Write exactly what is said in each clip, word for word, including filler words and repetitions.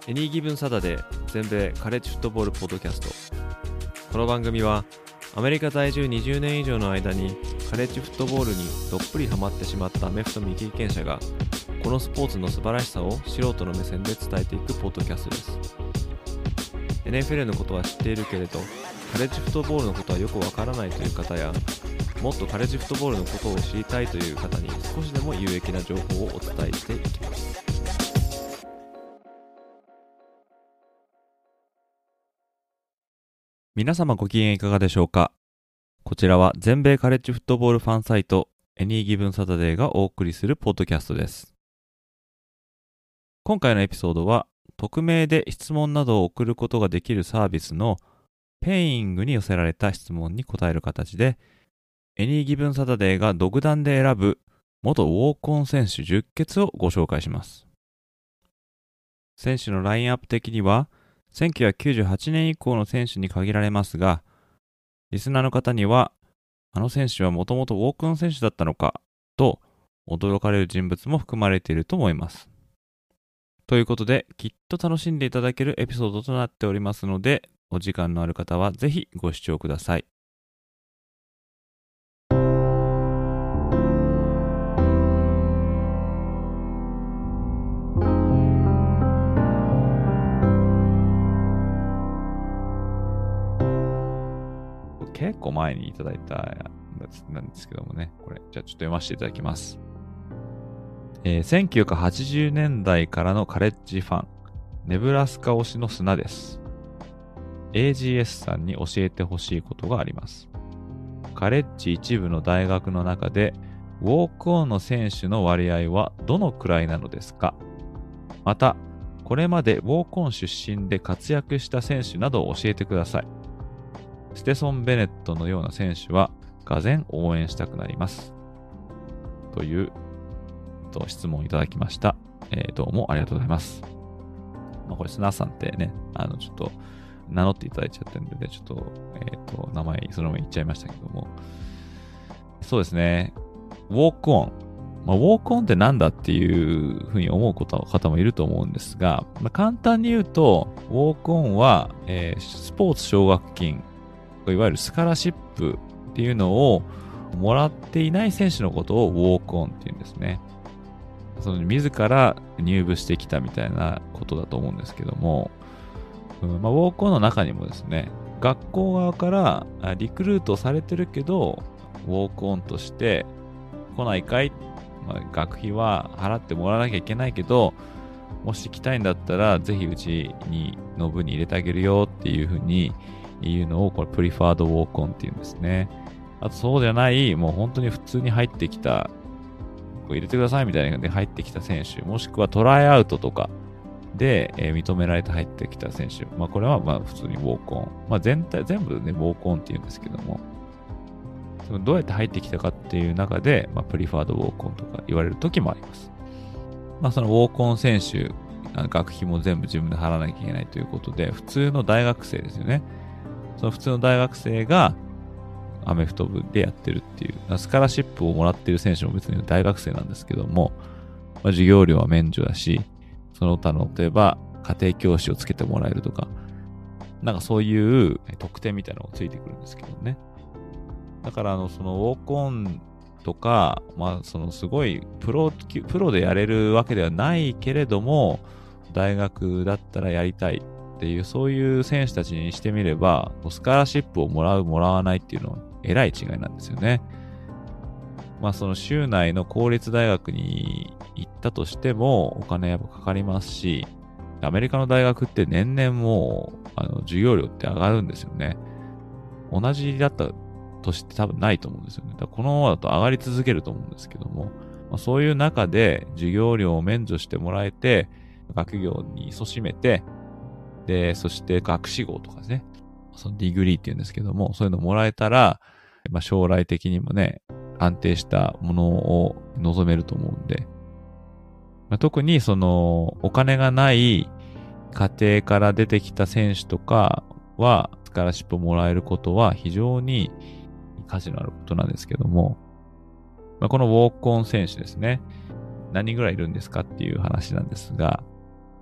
エニーギブンサタデー全米カレッジフットボールポッドキャスト。この番組はアメリカ在住にじゅうねん以上の間にカレッジフットボールにどっぷりハマってしまったアメフト未経験者がこのスポーツの素晴らしさを素人の目線で伝えていくポッドキャストです。 エヌエフエル のことは知っているけれどカレッジフットボールのことはよくわからないという方や、もっとカレッジフットボールのことを知りたいという方に少しでも有益な情報をお伝えしていきます。皆様ご機嫌いかがでしょうか。こちらは全米カレッジフットボールファンサイトエニーギブンサタデーがお送りするポッドキャストです。今回のエピソードは匿名で質問などを送ることができるサービスのペイングに寄せられた質問に答える形で、エニーギブンサタデーが独断で選ぶ元ウォークオン選手じゅっけつをご紹介します。選手のラインアップ的にはせんきゅうひゃくきゅうじゅうはちねん以降の選手に限られますが、リスナーの方にはあの選手はもともとウォークオン選手だったのかと驚かれる人物も含まれていると思います。ということで、きっと楽しんでいただけるエピソードとなっておりますので、お時間のある方はぜひご視聴ください。結構前にいただいたやつなんですけどもね、これじゃあちょっと読ませていただきます。えー、せんきゅうひゃくはちじゅうねんだいからのカレッジファン、ネブラスカ推しの砂です。エージーエス さんに教えてほしいことがあります。カレッジ一部の大学の中でウォークオンの選手の割合はどのくらいなのですか？また、これまでウォークオン出身で活躍した選手などを教えてください。ステソン・ベネットのような選手はがぜん応援したくなります。というと質問をいただきました。えー、どうもありがとうございます。まあ、これ砂さんってね、あのちょっと名乗っていただいちゃってるんで、ね、ちょっと、えっと、名前そのまま言っちゃいましたけども。そうですね。ウォークオン。まあ、ウォークオンってなんだっていうふうに思う方もいると思うんですが、まあ、簡単に言うと、ウォークオンは、えー、スポーツ奨学金、いわゆるスカラシップっていうのをもらっていない選手のことをウォークオンっていうんですね。その自ら入部してきたみたいなことだと思うんですけども、うんまあ、ウォークオンの中にもですね、学校側からリクルートされてるけど、ウォークオンとして来ないかい、まあ、学費は払ってもらわなきゃいけないけど、もし来たいんだったら、ぜひうちにの部に入れてあげるよっていうふうに言うのを、これプリファードウォークオンっていうんですね。あとそうじゃない、もう本当に普通に入ってきた、こう入れてくださいみたいな感じで入ってきた選手、もしくはトライアウトとか、で、えー、認められて入ってきた選手。まあこれはまあ普通にウォークオン。まあ全体、全部ね、ウォークオンって言うんですけども、そのどうやって入ってきたかっていう中で、まあプリファードウォークオンとか言われる時もあります。まあそのウォークオン選手、学費も全部自分で払わなきゃいけないということで、普通の大学生ですよね。その普通の大学生がアメフト部でやってるっていう、スカラシップをもらってる選手も別に大学生なんですけども、まあ、授業料は免除だし、その他の例えば家庭教師をつけてもらえるとか、なんかそういう特典みたいなのがついてくるんですけどね。だからあのそのウォークオンとか、まあそのすごいプロプロでやれるわけではないけれども、大学だったらやりたいっていうそういう選手たちにしてみれば、スカラシップをもらうもらわないっていうのはえらい違いなんですよね。まあその州内の公立大学に行ったとしてもお金やっぱかかりますし、アメリカの大学って年々もうあの授業料って上がるんですよね。同じだったとして多分ないと思うんですよね。だからこのままだと上がり続けると思うんですけども、まあ、そういう中で授業料を免除してもらえて、学業に勤しめて、で、そして学士号とかですね、そのディグリーっていうんですけども、そういうのもらえたら、まあ、将来的にもね、安定したものを望めると思うんで、まあ、特にそのお金がない家庭から出てきた選手とかはスカラシップをもらえることは非常に価値のあることなんですけども、まあ、このウォークオン選手ですね、何人ぐらいいるんですかっていう話なんですが、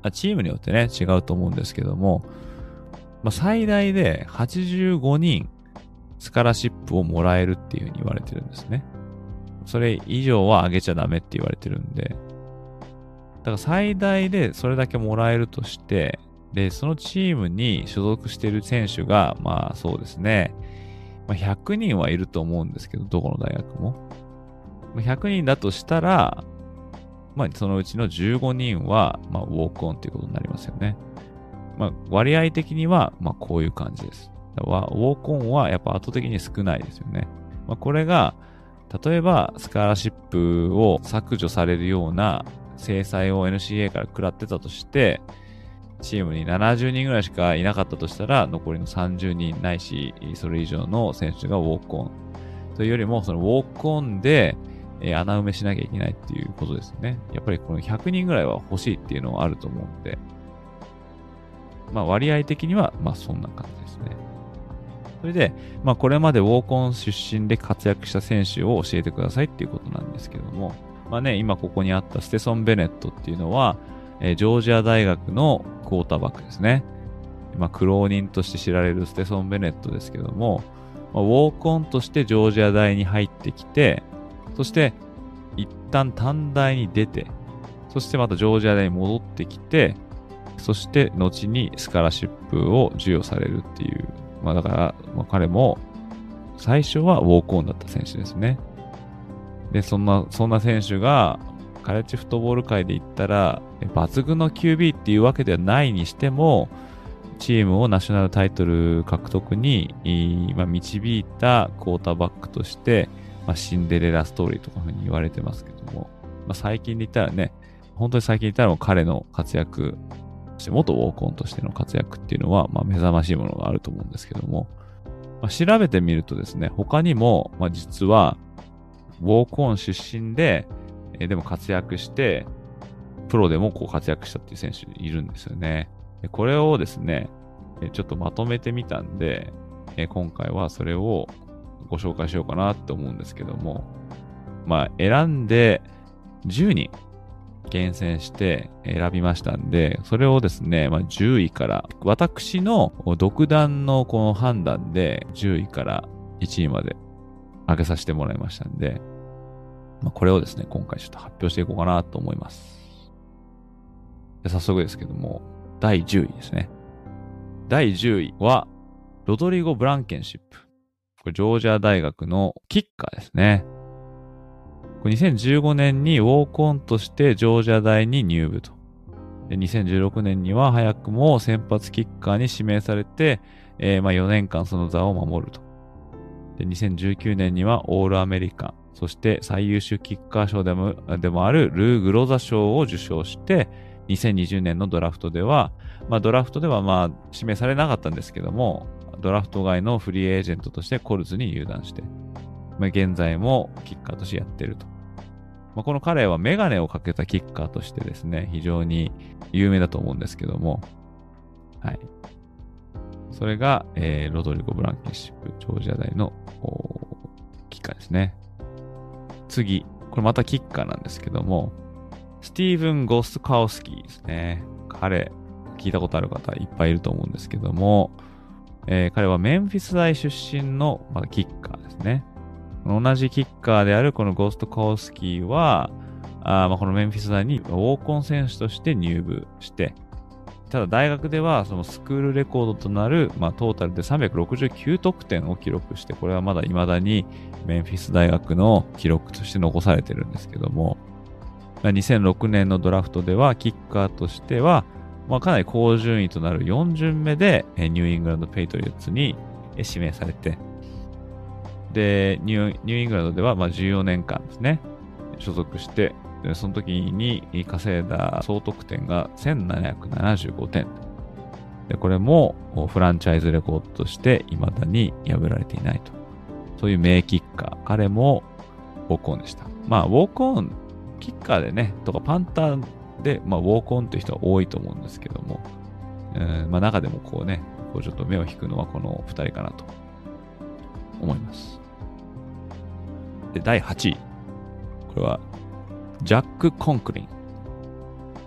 チームによってね、違うと思うんですけども、まあ、最大ではちじゅうごにんスカラシップをもらえるっていうふうに言われてるんですね。それ以上は上げちゃダメって言われてるんで、だから最大でそれだけもらえるとして、で、そのチームに所属している選手が、まあそうですね、まあ、ひゃくにんはいると思うんですけど、どこの大学も。ひゃくにんだとしたら、まあそのうちのじゅうごにんは、まあウォークオンっていうことになりますよね。まあ割合的には、まあこういう感じです。だからウォークオンはやっぱ圧倒的に少ないですよね。まあこれが、例えばスカラシップを削除されるような制裁を エヌシーエー から食らってたとして、チームにななじゅうにんぐらいしかいなかったとしたら、残りのさんじゅうにんないし、それ以上の選手がウォークオン。というよりも、そのウォークオンで、えー、穴埋めしなきゃいけないっていうことですね。やっぱりこのひゃくにんぐらいは欲しいっていうのはあると思うんで、まあ割合的には、まあそんな感じですね。それで、まあこれまでウォークオン出身で活躍した選手を教えてくださいっていうことなんですけども、まあね、今ここにあったステソン・ベネットっていうのは、えー、ジョージア大学のクォーターバックですね。まあ苦労人として知られるステソン・ベネットですけども、まあ、ウォークオンとしてジョージア大に入ってきて、そして一旦短大に出て、そしてまたジョージア大に戻ってきて、そして後にスカラシップを授与されるっていう、まあだから、まあ、彼も最初はウォークオンだった選手ですね。で、そんな、そんな選手がカレッジフットボール界で言ったら、抜群の キュービー っていうわけではないにしても、チームをナショナルタイトル獲得に、まあ、導いたクォーターバックとして、まあ、シンデレラストーリーとかふうに言われてますけども、まあ、最近で言ったらね、本当に最近で言ったらもう彼の活躍、元ウォークオンとしての活躍っていうのは、まあ、目覚ましいものがあると思うんですけども、まあ、調べてみるとですね、他にも、まあ、実は、ウォークオン出身で、えー、でも活躍して、プロでもこう活躍したっていう選手いるんですよね。でこれをですね、ちょっとまとめてみたんで、え今回はそれをご紹介しようかなって思うんですけども、まあ選んでじゅうにん厳選して選びましたんで、それをですね、まあ、じゅういから私の独断のこの判断でじゅういからいちいまで上げさせてもらいましたんで、まあ、これをですね、今回ちょっと発表していこうかなと思います。で早速ですけども、だいじゅういですね。だいじゅういは、ロドリゴ・ブランケンシップ。これ、ジョージア大学のキッカーですね。これにせんじゅうごねんにウォークオンとしてジョージア大に入部と。でにせんじゅうろくねんには早くも先発キッカーに指名されて、えー、まあよねんかんその座を守ると。でにせんじゅうきゅうねんにはオールアメリカン、そして最優秀キッカー賞でもでもあるルー・グロザ賞を受賞して、にせんにじゅうねんのドラフトでは、まあドラフトではまあ指名されなかったんですけども、ドラフト外のフリーエージェントとしてコルズに入団して、まあ、現在もキッカーとしてやってると。まあ、この彼はメガネをかけたキッカーとしてですね、非常に有名だと思うんですけども、はい。それが、えー、ロドリゴ・ブランケンシップ、ジョージア大のキッカーですね。次、これまたキッカーなんですけども、スティーブン・ゴスカウスキーですね。彼、聞いたことある方いっぱいいると思うんですけども、えー、彼はメンフィス大出身の、まあ、キッカーですね。同じキッカーであるこのゴースト・カウスキーは、あまあこのメンフィス大にウォークオン選手として入部して、ただ大学ではそのスクールレコードとなる、まあ、トータルでさんびゃくろくじゅうきゅうとくてんを記録して、これはまだ未だにメンフィス大学の記録として残されてるんですけども、まあ、にせんろくねんのドラフトではキッカーとしては、まあ、かなり高順位となるよん巡目でニューイングランド・ペイトリオッツに指名されて、で、ニュー、ニューイングランドではまあじゅうよねんかんですね、所属して、その時に稼いだ総得点がせんななひゃくななじゅうごてん。で、これもフランチャイズレコードとして未だに破られていないと。そういう名キッカー。彼もウォークオンでした。まあ、ウォークオン、キッカーでね、とかパンターで、まあ、ウォークオンという人は多いと思うんですけども、うんまあ、中でもこうね、こうちょっと目を引くのはこのふたりかなと思います。で、だいはちい。これは、ジャック・コンクリン。こ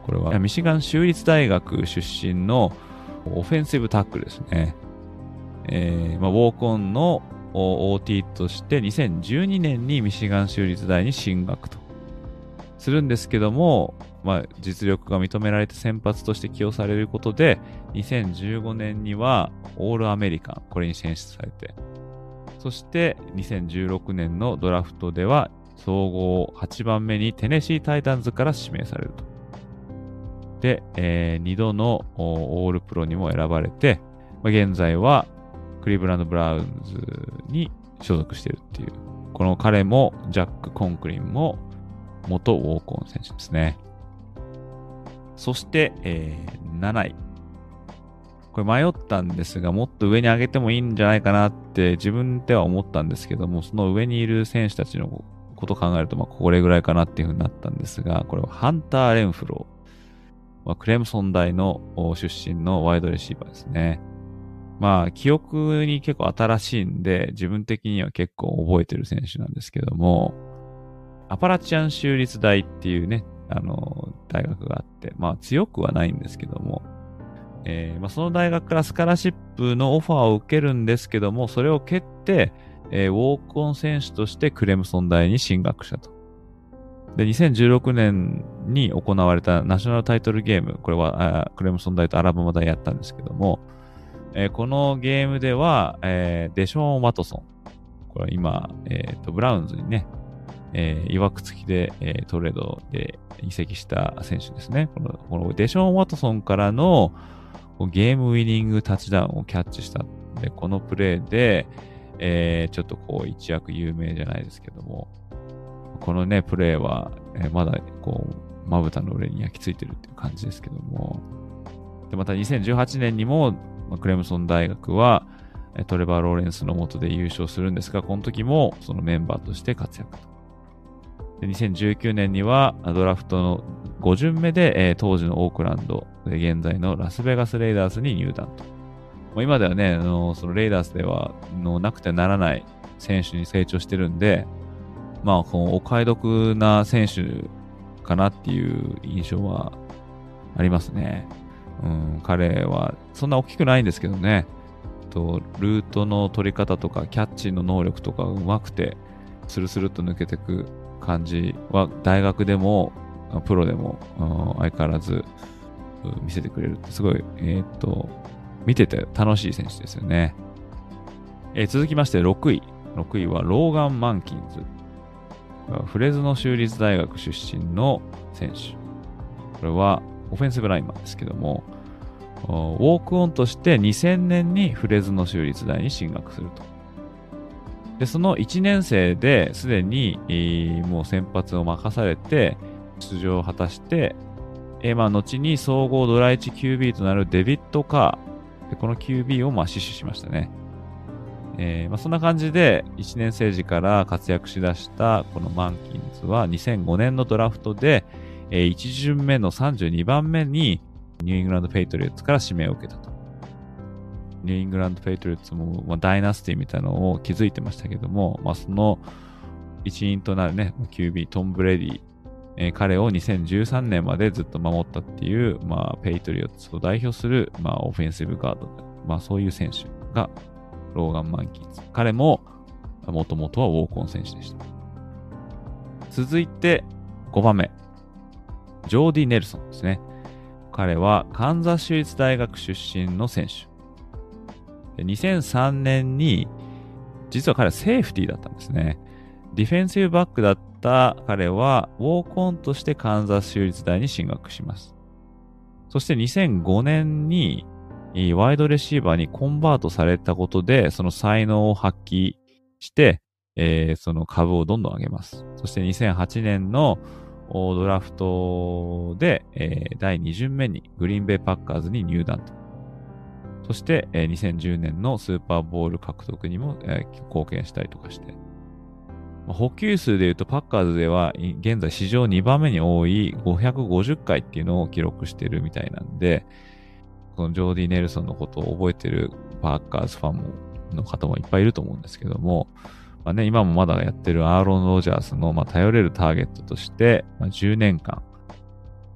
これはミシガン州立大学出身のオフェンシブタックルですね。えーまあ、ウォークオンの オーティー としてにせんじゅうにねんにミシガン州立大に進学とするんですけども、まあ、実力が認められて先発として起用されることで、にせんじゅうごねんにはオールアメリカン、これに選出されて、そしてにせんじゅうろくねんのドラフトでは総合はちばんめにテネシータイタンズから指名されると。で、えー、にどのオールプロにも選ばれて、まあ、現在はクリーブランドブラウンズに所属しているっていう。この彼もジャック・コンクリンも元ウォークオン選手ですね。そして、えー、なない。これ迷ったんですが、もっと上に上げてもいいんじゃないかなって自分では思ったんですけども、その上にいる選手たちのことを考えると、まあ、これぐらいかなっていうふうになったんですが、これはハンター・レンフロー。まあ、クレムソン大の出身のワイドレシーバーですね。まあ、記憶に結構新しいんで、自分的には結構覚えてる選手なんですけども、アパラチアン州立大っていうね、あの、大学があって、まあ強くはないんですけども、えーまあ、その大学からスカラシップのオファーを受けるんですけども、それを蹴って、えー、ウォークオン選手としてクレムソン大に進学したと。で、にせんじゅうろくねんに行われたナショナルタイトルゲーム、これはクレムソン大とアラバマ大やったんですけども、えー、このゲームでは、えー、デショーン・ワトソン、これは今、えーと、ブラウンズにね、えー、曰く付きで、えー、トレードで移籍した選手ですね。この、このデショーン・ワトソンからのゲームウィニングタッチダウンをキャッチしたんで、このプレーで、えー、ちょっとこう一躍有名じゃないですけども、このね、プレーは、えー、まだこう、まぶたの上に焼き付いてるっていう感じですけども、で、またにせんじゅうはちねんにも、クレムソン大学はトレバー・ローレンスの下で優勝するんですが、この時もそのメンバーとして活躍と。でにせんじゅうきゅうねんにはドラフトのご巡目で、えー、当時のオークランドで現在のラスベガスレイダースに入団と。もう今ではね、あのそのレイダースではのなくてならない選手に成長してるんで、まあこのお買い得な選手かなっていう印象はありますね。うん、彼はそんな大きくないんですけどね。とルートの取り方とかキャッチの能力とか上手くてスルスルっと抜けてく感じは大学でもプロでも相変わらず見せてくれるってすごい、えー、っと見てて楽しい選手ですよね。えー、続きましてろくい。ろくいはローガン・マンキンズ。フレズノ州立大学出身の選手。これはオフェンシブラインマンですけども、ウォークオンとしてにせんねんにフレズノ州立大に進学すると。で、そのいちねん生ですでに、えー、もう先発を任されて出場を果たして、えー、まあ後に総合ドラいち キュービー となるデビッド・カー。でこの キュービー をまあ死守しましたね。えーまあ、そんな感じでいちねん生時から活躍しだしたこのマンキンズはにせんごねんのドラフトで、えー、いち巡目のさんじゅうにばんめにニューイングランド・ペイトリオッツから指名を受けたと。ニューイングランド・ペイトリオッツも、まあ、ダイナスティみたいなのを築いてましたけども、まあ、その一員となるね、キュービー、トム・ブレディ、えー、彼をにせんじゅうさんねんまでずっと守ったっていう、まあ、ペイトリオッツを代表する、まあ、オフェンシブガード、まあ、そういう選手がローガン・マンキンズ。彼も、もともとはウォークオン選手でした。続いて、ごばんめ。ジョーディ・ネルソンですね。彼はカンザス州立大学出身の選手。にせんさんねんに、実は彼はセーフティーだったんですね。ディフェンシブバックだった彼は、ウォークオンとしてカンザス州立大に進学します。そしてにせんごねんに、ワイドレシーバーにコンバートされたことで、その才能を発揮して、えー、その株をどんどん上げます。そしてにせんはちねんのドラフトで、えー、だいに巡目にグリーンベイパッカーズに入団と。そして、えー、にせんじゅうねんのスーパーボール獲得にも、えー、貢献したりとかして。まあ、補給数でいうとパッカーズでは現在史上にばんめに多いごひゃくごじゅっかいっていうのを記録してるみたいなんで、このジョーディ・ネルソンのことを覚えてるパーカーズファンもの方もいっぱいいると思うんですけども、まあね、今もまだやってるアーロン・ロジャースの、まあ、頼れるターゲットとして、まあ、じゅうねんかん、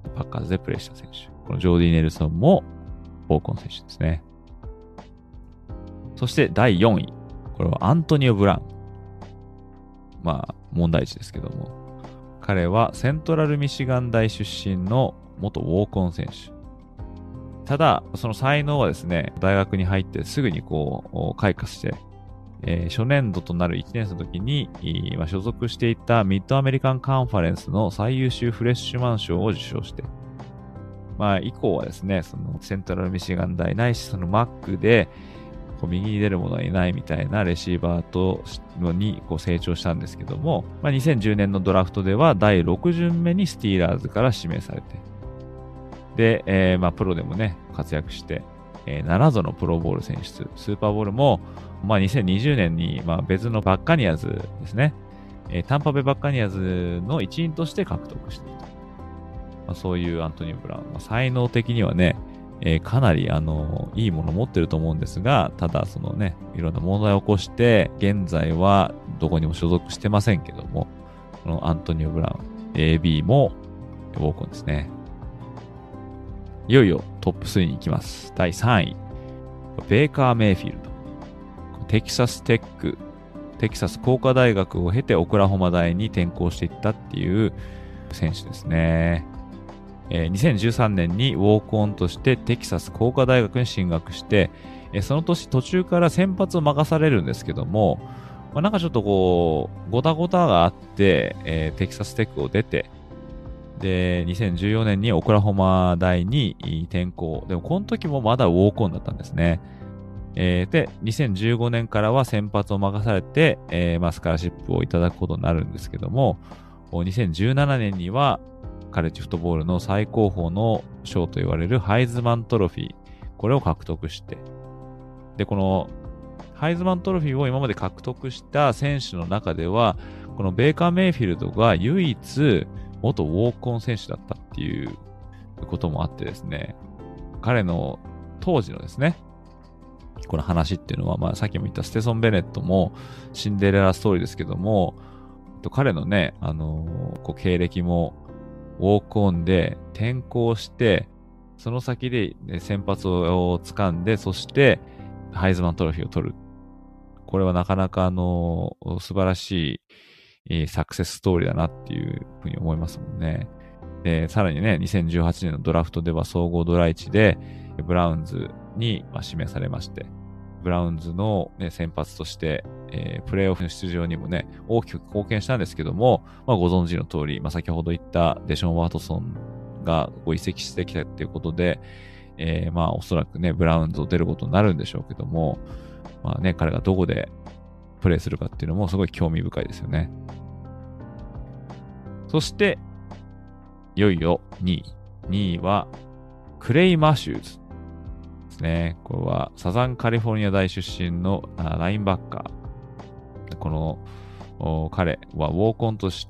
パッカーズでプレーした選手。このジョーディ・ネルソンもウォークオン選手ですね。そしてだいよんい。これはアントニオ・ブラウン。まあ、問題児ですけども。彼はセントラルミシガン大出身の元ウォークオン選手。ただ、その才能はですね、大学に入ってすぐにこう、開花して、えー、初年度となるいちねん生の時に、まあ、所属していたミッドアメリカンカンファレンスの最優秀フレッシュマン賞を受賞して、まあ、以降はですね、そのセントラルミシガン大ないし、そのマックで、こう右に出る者はいないみたいなレシーバーとのにこう成長したんですけども、まあ、にせんじゅうねんのドラフトではだいろく巡目にスティーラーズから指名されて、で、えー、まあプロでもね、活躍して、えー、ななどのプロボール選出、スーパーボールも、まあ、にせんにじゅうねんに、まあ、別のバッカニアーズですね、えー、タンパベバッカニアーズの一員として獲得していると。まあ、そういうアントニオ・ブラウン、まあ、才能的にはね、えー、かなり、あのー、いいものを持ってると思うんですが、ただ、そのね、いろんな問題を起こして、現在はどこにも所属してませんけども、このアントニオ・ブラウン、エービー もウォークオンですね。いよいよトップスリーに行きます。だいさんい。ベーカー・メイフィールド。テキサステック、テキサス工科大学を経てオクラホマ大に転校していったっていう選手ですね。えー、にせんじゅうさんねんにウォークオンとしてテキサス工科大学に進学して、えー、その年途中から先発を任されるんですけども、まあ、なんかちょっとこう、ごたごたがあって、えー、テキサステックを出て、で、にせんじゅうよねんにオクラホマ大に転校。でも、この時もまだウォークオンだったんですね。えー、で、にせんじゅうごねんからは先発を任されて、えー、まあ、スカラシップをいただくことになるんですけども、にせんじゅうななねんには、カレッジフットボールの最高峰の賞と言われるハイズマントロフィー。これを獲得して。で、このハイズマントロフィーを今まで獲得した選手の中では、このベーカー・メイフィールドが唯一、元ウォークオン選手だったっていうこともあってですね、彼の当時のですね、この話っていうのは、まあさっきも言ったステソン・ベネットもシンデレラストーリーですけども、彼のね、あのー、こう経歴もウォークオンで転校して、その先で、ね、先発を掴んで、そしてハイズマントロフィーを取る。これはなかなかあのー、素晴らしいサクセスストーリーだなっていうふうに思いますもんね。で、さらにね、にせんじゅうはちねんのドラフトでは総合ドラいちで、ブラウンズに指名されまして、ブラウンズの、ね、先発として、えー、プレーオフの出場にもね、大きく貢献したんですけども、まあ、ご存知の通り、まあ、先ほど言ったデション・ワトソンが移籍してきたっていうことで、えー、まあ、おそらくね、ブラウンズを出ることになるんでしょうけども、まあね、彼がどこでプレーするかっていうのもすごい興味深いですよね。そして、いよいよにい。にいは、クレイ・マシューズですね。これはサザンカリフォルニア大出身のラインバッカー。この彼はウォークオンとして、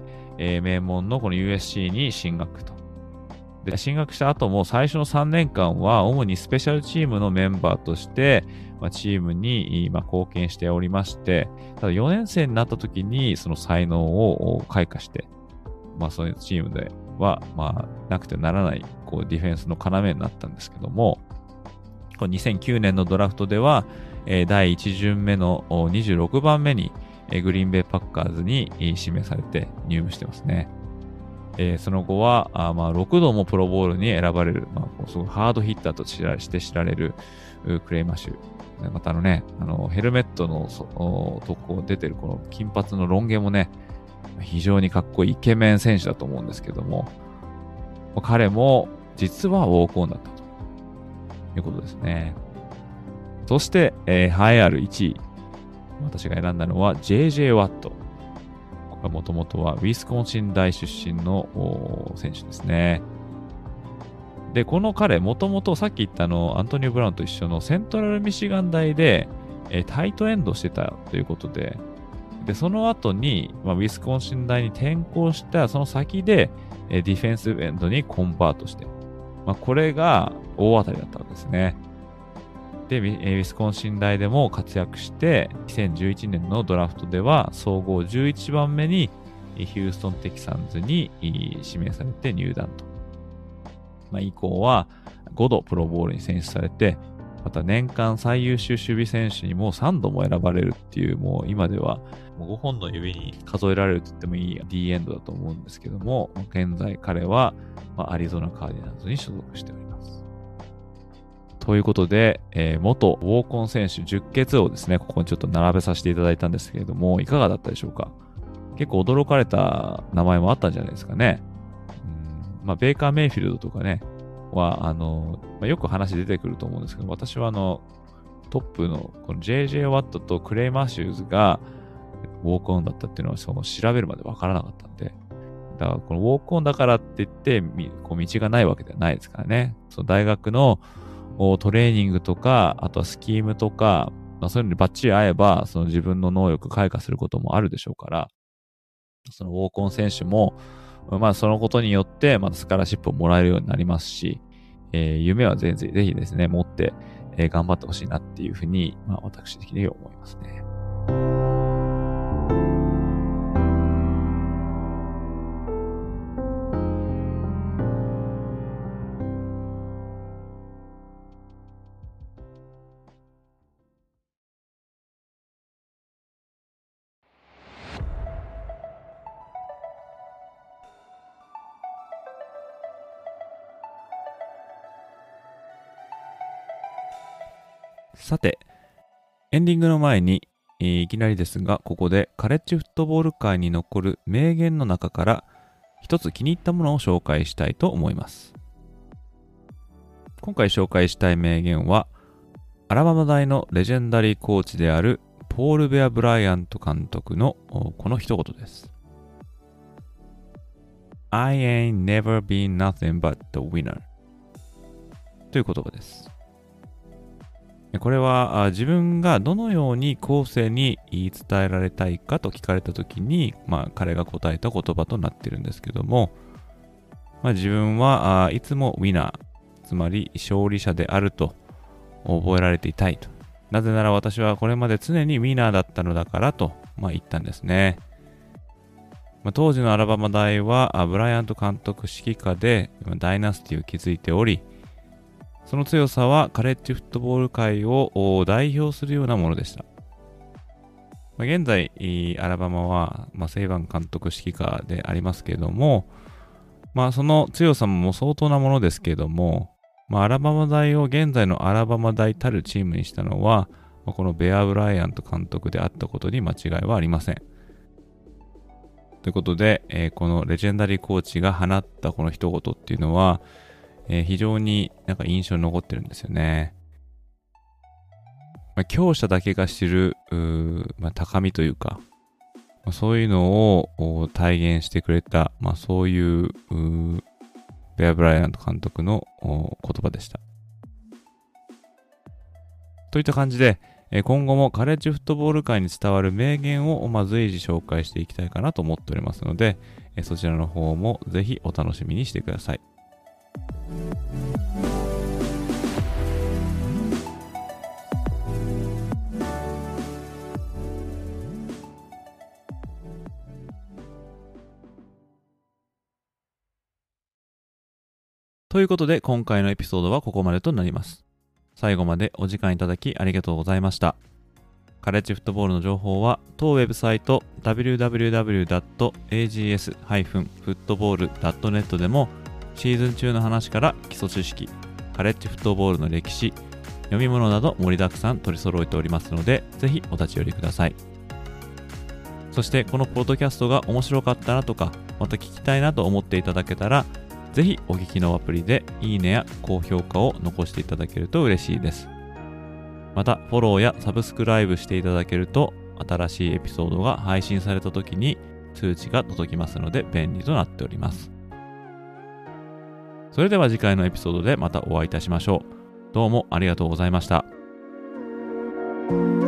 えー、名門のこの ユーエスシー に進学と。で、進学した後も最初のさんねんかんは主にスペシャルチームのメンバーとして、まあ、チームに、まあ、貢献しておりまして、ただよねん生になった時にその才能を開花して、まあそういうチームでは、まあなくてならないこうディフェンスの要になったんですけども、このにせんきゅうねんのドラフトでは、えー、だいいち巡目のにじゅうろくばんめに、えー、グリーンベイパッカーズに指名されて入部してますね。えー、その後はあ、まあ、ろくどもプロボールに選ばれる、まあ、すごいハードヒッターとして知られるクレイマッシュ。またあのね、あのヘルメットのとこ出てるこの金髪のロン毛もね、非常にかっこいいイケメン選手だと思うんですけども、彼も実はウォークオンだったということですね。そして、えー、栄えあるいちい。私が選んだのは ジェイジェイ ワット。これはもともとはウィスコンシン大出身の選手ですね。で、この彼、もともとさっき言ったのアントニオ・ブラウンと一緒のセントラルミシガン大で、えー、タイトエンドしてたということで、で、その後に、まあ、ウィスコンシン大に転校したその先で、えー、ディフェンスエンドにコンバートして、まあ、これが大当たりだったわけですね。で、ウィスコンシン大でも活躍して、にせんじゅういちねんのドラフトでは総合じゅういちばんめにヒューストン・テキサンズに指名されて入団と。 まあ、以降はごどプロボウルに選出されて、また年間最優秀守備選手にもさんども選ばれるっていう、もう今ではもうごほんの指に数えられると言ってもいい D エンドだと思うんですけども、現在彼はアリゾナカーディナルズに所属しております。ということで、えー、元ウォーコン選手じゅっけつをですね、ここにちょっと並べさせていただいたんですけれども、いかがだったでしょうか。結構驚かれた名前もあったんじゃないですかね。うん、まあ、ベーカー・メイフィルドとかね、は、あの、まあ、よく話出てくると思うんですけど、私はあの、トップのこの ジェイジェイ ワットとクレイ・マシューズがウォークオンだったっていうのはその調べるまでわからなかったんで、だからこのウォークオンだからって言ってこう道がないわけではないですからね。その大学のトレーニングとか、あとはスキームとか、まあ、そういうのにバッチリ合えば、その自分の能力開花することもあるでしょうから、そのウォークオン選手も、まあそのことによって、またスカラシップをもらえるようになりますし、えー、夢はぜひぜひですね、持って、えー、頑張ってほしいなっていうふうに、まあ私的には思いますね。さて、エンディングの前に、えー、いきなりですが、ここでカレッジフットボール界に残る名言の中から一つ気に入ったものを紹介したいと思います。今回紹介したい名言は、アラバマ大のレジェンダリーコーチであるポール・ベア・ブライアント監督のこの一言です。I ain't never been nothing but the winner という言葉です。これは自分がどのように後世に言い伝えられたいかと聞かれたときに、まあ、彼が答えた言葉となっているんですけども、まあ、自分はいつもウィナー、つまり勝利者であると覚えられていたいと。なぜなら私はこれまで常にウィナーだったのだからと、まあ、言ったんですね。まあ、当時のアラバマ大はブライアント監督指揮下でダイナスティを築いており、その強さはカレッジフットボール界を代表するようなものでした。まあ、現在、アラバマは、まあ、セイバン監督指揮下でありますけれども、まあ、その強さも相当なものですけれども、まあ、アラバマ大を現在のアラバマ大たるチームにしたのは、まあ、このベア・ブライアント監督であったことに間違いはありません。ということで、えー、このレジェンダリーコーチが放ったこの一言っていうのは、えー、非常になんか印象に残ってるんですよね。まあ、強者だけが知る、まあ、高みというか、まあ、そういうのを体現してくれた、まあ、そういう、うベア・ブライアント監督の言葉でした。といった感じで、今後もカレッジフットボール界に伝わる名言を、まあ、随時紹介していきたいかなと思っておりますので、そちらの方もぜひお楽しみにしてください。ということで今回のエピソードはここまでとなります。最後までお時間いただきありがとうございました。カレッジフットボールの情報は当ウェブサイト ダブリューダブリューダブリュードットエージーエスフットボールドットネット でもシーズン中の話から基礎知識、カレッジフットボールの歴史、読み物など盛りだくさん取り揃えておりますので、ぜひお立ち寄りください。そしてこのポッドキャストが面白かったなとか、また聞きたいなと思っていただけたら、ぜひお聞きのアプリでいいねや高評価を残していただけると嬉しいです。またフォローやサブスクライブしていただけると、新しいエピソードが配信された時に通知が届きますので便利となっております。それでは次回のエピソードでまたお会いいたしましょう。どうもありがとうございました。